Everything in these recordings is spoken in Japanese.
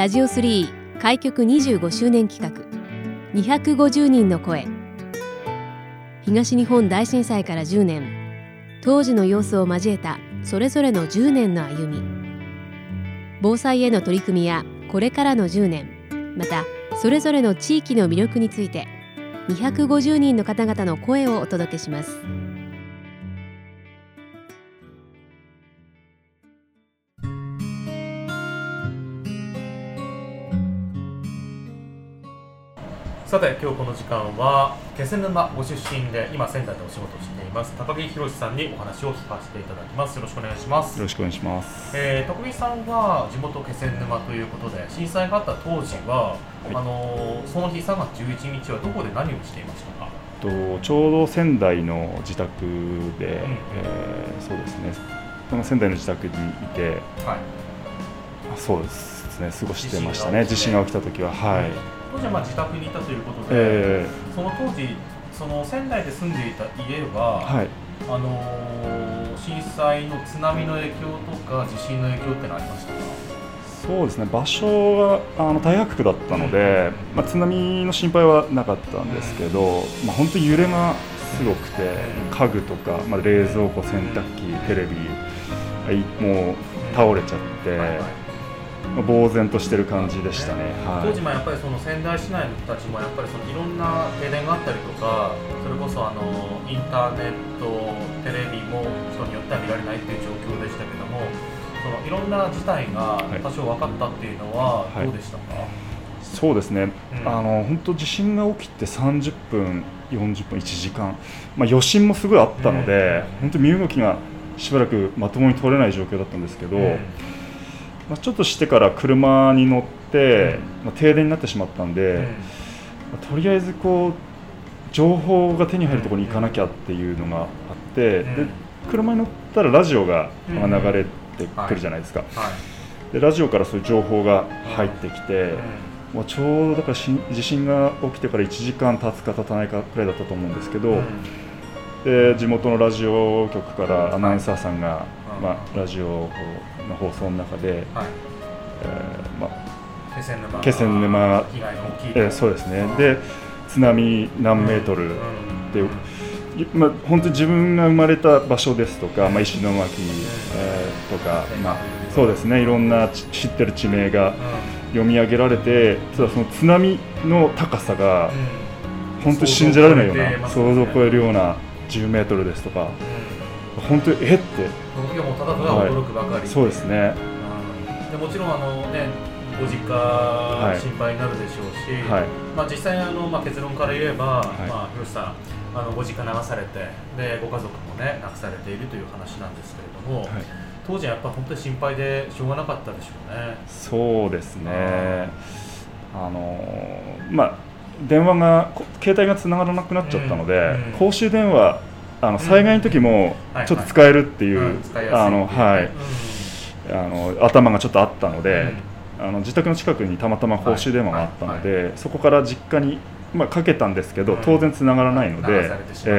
ラジオ3開局25周年企画250人の声。東日本大震災から10年、当時の様子を交えたそれぞれの10年の歩み、防災への取り組みやこれからの10年、またそれぞれの地域の魅力について250人の方々の声をお届けします。 さて、今日この時間は気仙沼ご出身で今仙台でお仕事をしています高木宏さんにお話を聞かせていただきます。よろしくお願いします。 よろしくお願いします。 高木さんは地元気仙沼ということで、震災があった当時は、その日3月11日はどこで何をしていましたか？ ちょうど仙台の自宅で、そうですね、その仙台の自宅にいて、はい、そうですね、過ごしてましたね。地震が起きた時は、はい。 当時は自宅にいたということで、その当時仙台で住んでいた家は、はい、震災の津波の影響とか地震の影響ってのありましたか？ そうですね、場所が太白区だったので、津波の心配はなかったんですけど、本当に揺れがすごくて、家具とか、冷蔵庫、洗濯機、テレビ、もう倒れちゃって。呆然としてる感じでしたね。 はい、当時もやっぱりその仙台市内の人たちもやっぱりいろんな停電があったりとか、それこそインターネット、テレビも人によっては見られないっていう状況でしたけども、いろんな事態が多少分かったっていうのはどうでしたか？ そうですね、本当地震が起きて30分、40分、1時間、余震もすごいあったので、本当に身動きがしばらくまともに取れない状況だったんですけど、ちょっとしてから車に乗って、停電になってしまったんで、とりあえず情報が手に入るところに行かなきゃっていうのがあって、で車に乗ったらラジオが流れてくるじゃないですか。でラジオからそういう情報が入ってきて、ちょうどだから地震が起きてから1時間経つか経たないかくらいだったと思うんですけど、で地元のラジオ局からアナウンサーさんが、ラジオの放送の中で、気仙沼被害の大きい、 そうですね、で津波何メートルっていう、本当に自分が生まれた場所ですとか、石巻、とか、そうですね、いろんな知ってる地名が読み上げられて、ただその津波の高さが本当に信じられないような、想像を超えるような10メートルですとか、本当にってその時はもうただただ驚くばかり、 そうですね。 でもちろんご実家心配になるでしょうし、実際結論から言えば、広瀬さんご実家流されて、でご家族もね亡くされているという話なんですけれども、当時はやっぱり本当に心配でしょうがなかったでしょうね。 そうですね。電話が携帯がつながらなくなっちゃったので、公衆電話災害の時もちょっと使えるっていう頭がちょっとあったので、自宅の近くにたまたま公衆電話があったので、そこから実家にかけたんですけど、当然つながらないので、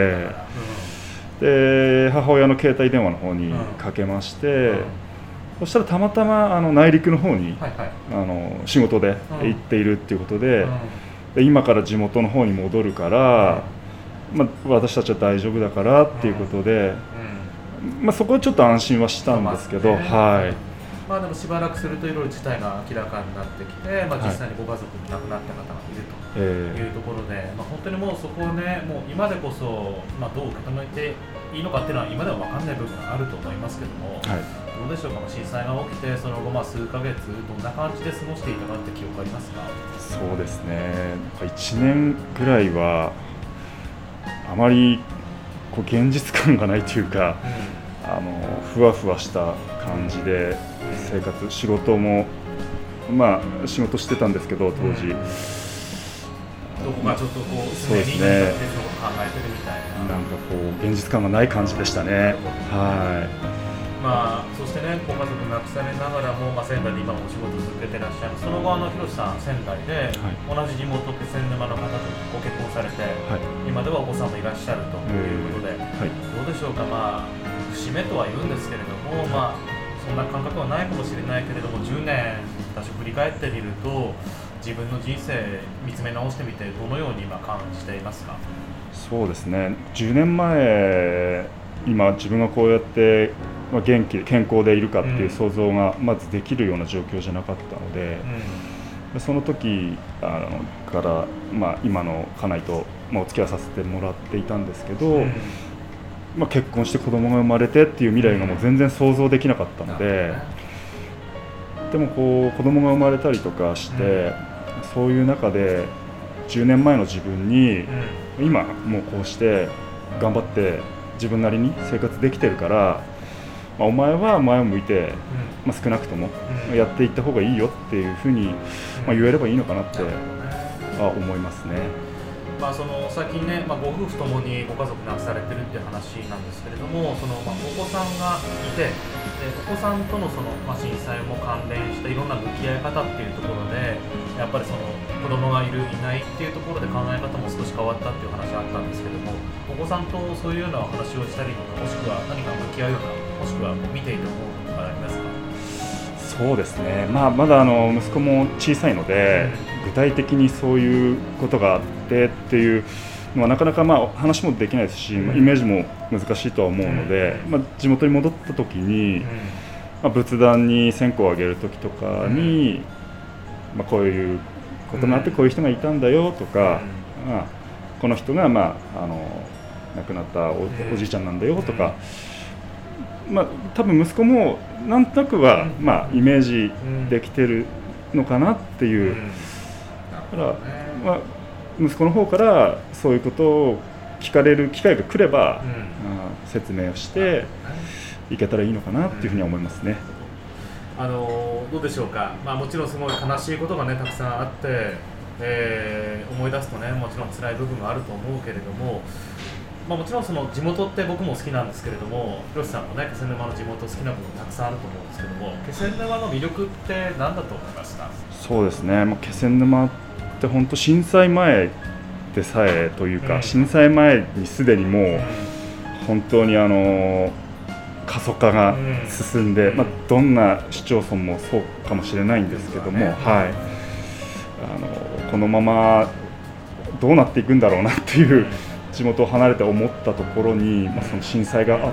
で母親の携帯電話の方にかけまして、そしたらたまたま内陸の方に仕事で行っているっていうことで、今から地元の方に戻るから、私たちは大丈夫だからっていうことで、そこはちょっと安心はしたんですけど、 でもしばらくするといろいろ事態が明らかになってきて、実際にご家族に亡くなった方がいるというところで、本当にもうそこをね、もう今でこそ、どう受け止めていいのかっていうのは今では分かんない部分があると思いますけども、どうでしょうか、震災が起きてその後数ヶ月どんな感じで過ごしていたかって記憶ありますか？ そうですね、1年ぐらいはあまり現実感がないというか、ふわふわした感じで生活、仕事も仕事してたんですけど、当時、 どこかちょっとそうですね、 考えてるみたいな、 なんか現実感がない感じでしたね。 そしてね、ご家族亡くされながらも、仙台で今もお仕事を続けていらっしゃる。その後広瀬さん、仙台で同じ地元気仙沼の方とご結婚されて、今ではお子さんもいらっしゃるということで、どうでしょうか、節目とは言うんですけれども、そんな感覚はないかもしれないけれども、10年経昔振り返ってみると自分の人生見つめ直してみてどのように今感じていますか？ そうですね、10年前今自分がこうやって元気健康でいるかっていう想像がまずできるような状況じゃなかったので、その時から、今の家内とお付き合いさせてもらっていたんですけど、結婚して子供が生まれてっていう未来がもう全然想像できなかったので、でもこう子供が生まれたりとかして、そういう中で10年前の自分に、今もうこうして頑張って自分なりに生活できてるから、お前は前を向いて、少なくともやっていった方がいいよっていうふうに、言えればいいのかなって思いますね。 その最近ね、ご夫婦ともにご家族亡くされてるっていう話なんですけれども、お子さんがいて、お子さんとの震災も関連したいろんな向き合い方っていうところで、やっぱり子供がいるいないっていうところで考え方も少し変わったっていう話があったんですけども、お子さんとそういうような話をしたりとか、もしくは何か向き合うような、もしくは見ていて思うことがありますか？ そうですね、まだ息子も小さいので、具体的にそういうことがあってっていうのはなかなか話もできないですし、イメージも難しいとは思うので、地元に戻った時に、仏壇に線香をあげる時とかに、こういうことがあってこういう人がいたんだよとか、この人が亡くなった おじいちゃんなんだよとか、多分息子もなんとなくは、イメージできてるのかなっていう、だから、息子の方からそういうことを聞かれる機会が来れば、説明をしていけたらいいのかなっていうふうには思いますね。 どうでしょうか、もちろんすごい悲しいことがねたくさんあって、思い出すとねもちろん辛い部分があると思うけれども、もちろんその地元って僕も好きなんですけれども、広瀬さんもね気仙沼の地元好きな部分たくさんあると思うんですけども、気仙沼の魅力って何だと思いました？ そうですね、気仙沼って本当震災前でさえというか、震災前にすでにもう本当に過疎化が進んで、どんな市町村もそうかもしれないんですけども、このままどうなっていくんだろうなっていう地元を離れて思ったところに、その震災があって、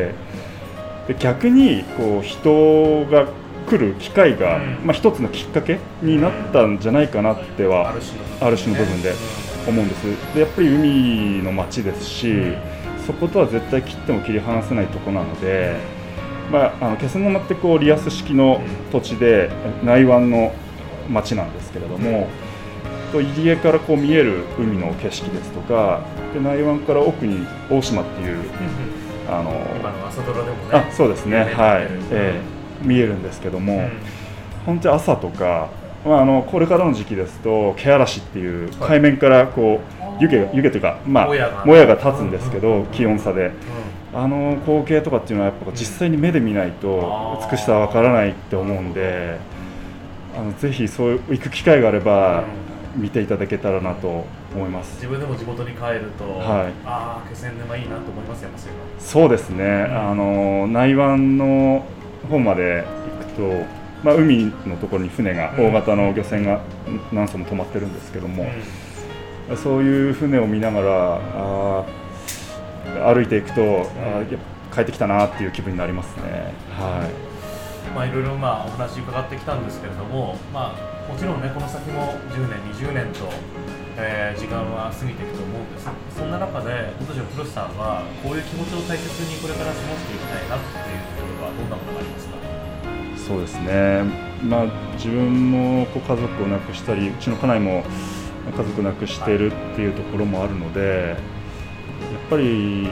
で逆にこう人が来る機会が、一つのきっかけになったんじゃないかなっては、ある種の部分で思うんです。でやっぱり海の町ですし、そことは絶対切っても切り離せないところなので、気仙沼ってこうリアス式の土地で内湾の町なんですけれども、入り江からこう見える海の景色ですとか、で内湾から奥に大島っていう、 今の朝ドラでもね、 そうですね、見えるんですけども、本当に朝とか、これからの時期ですと気嵐っていう海面からこう湯気というか、もやが立つんですけど、気温差で、光景とかっていうのはやっぱ実際に目で見ないと美しさはわからないって思うんで、ぜひそう行く機会があれば見ていただけたらなと思います。 自分でも地元に帰ると、気仙沼いいなと思いますよ。 そうですね、内湾の方まで行くと、海のところに船が、大型の漁船が何艘も止まってるんですけども、そういう船を見ながら歩いていくと、帰ってきたなっていう気分になりますね。 いろいろお話伺ってきたんですけれども、もちろんねこの先も10年20年と、時間は過ぎていくと思うんです。そんな中でどうでしょう、広瀬さんはこういう気持ちを大切にこれから過ごしていきたいなっていうところはどんなものがありますか？ そうですね、自分も家族を亡くしたり、うちの家内も家族を亡くしているっていうところもあるので、やっぱり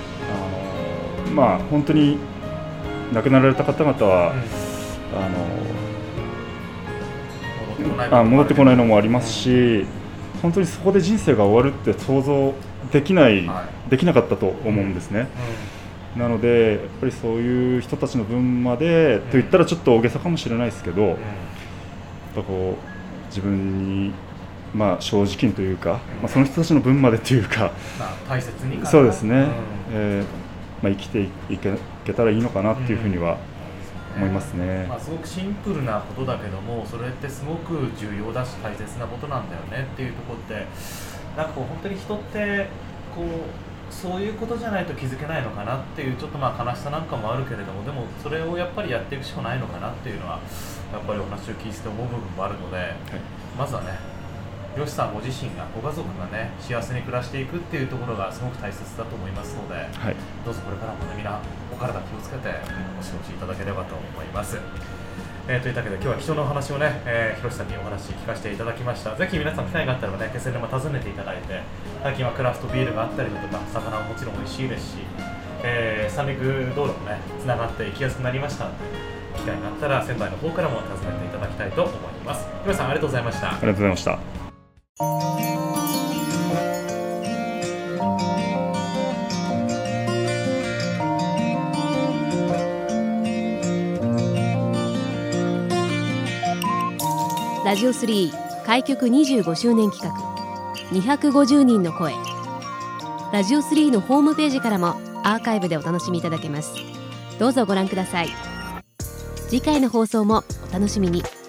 本当に亡くなられた方々は、戻ってこないのもありますし、本当にそこで人生が終わるって想像できなかったと思うんですね。なのでやっぱりそういう人たちの分までと言ったらちょっと大げさかもしれないですけど、こう自分に正直にというか、その人たちの分までというか、 大切にそうですね、生きていけたらいいのかなっていうふうには思いますね。 すごくシンプルなことだけども、それってすごく重要だし大切なことなんだよねっていうところって、なんかこう本当に人ってこうそういうことじゃないと気づけないのかなっていうちょっと悲しさなんかもあるけれども、でもそれをやっぱりやっていくしかないのかなっていうのはやっぱりお話を聞いて思う部分もあるので、まずはね、漁師さんご自身がご家族がね幸せに暮らしていくっていうところがすごく大切だと思いますので、どうぞこれからもねみんなお体気をつけてお仕事いただければと思います。というわけで今日は貴重なお話をね、ひろしさんにお話聞かせていただきました。ぜひ皆さん機会があったらね、気仙沼訪ねていただいて、最近はクラフトビールがあったりだとか、魚はもちろん美味しいですし、三陸道路もねつながって行きやすくなりましたので、機会があったら仙台の方からも訪ねていただきたいと思います。ひろしさんありがとうございました。 ありがとうございました。 ラジオ3開局25周年企画250人の声。ラジオ3のホームページからもアーカイブでお楽しみいただけます。どうぞご覧ください。次回の放送もお楽しみに。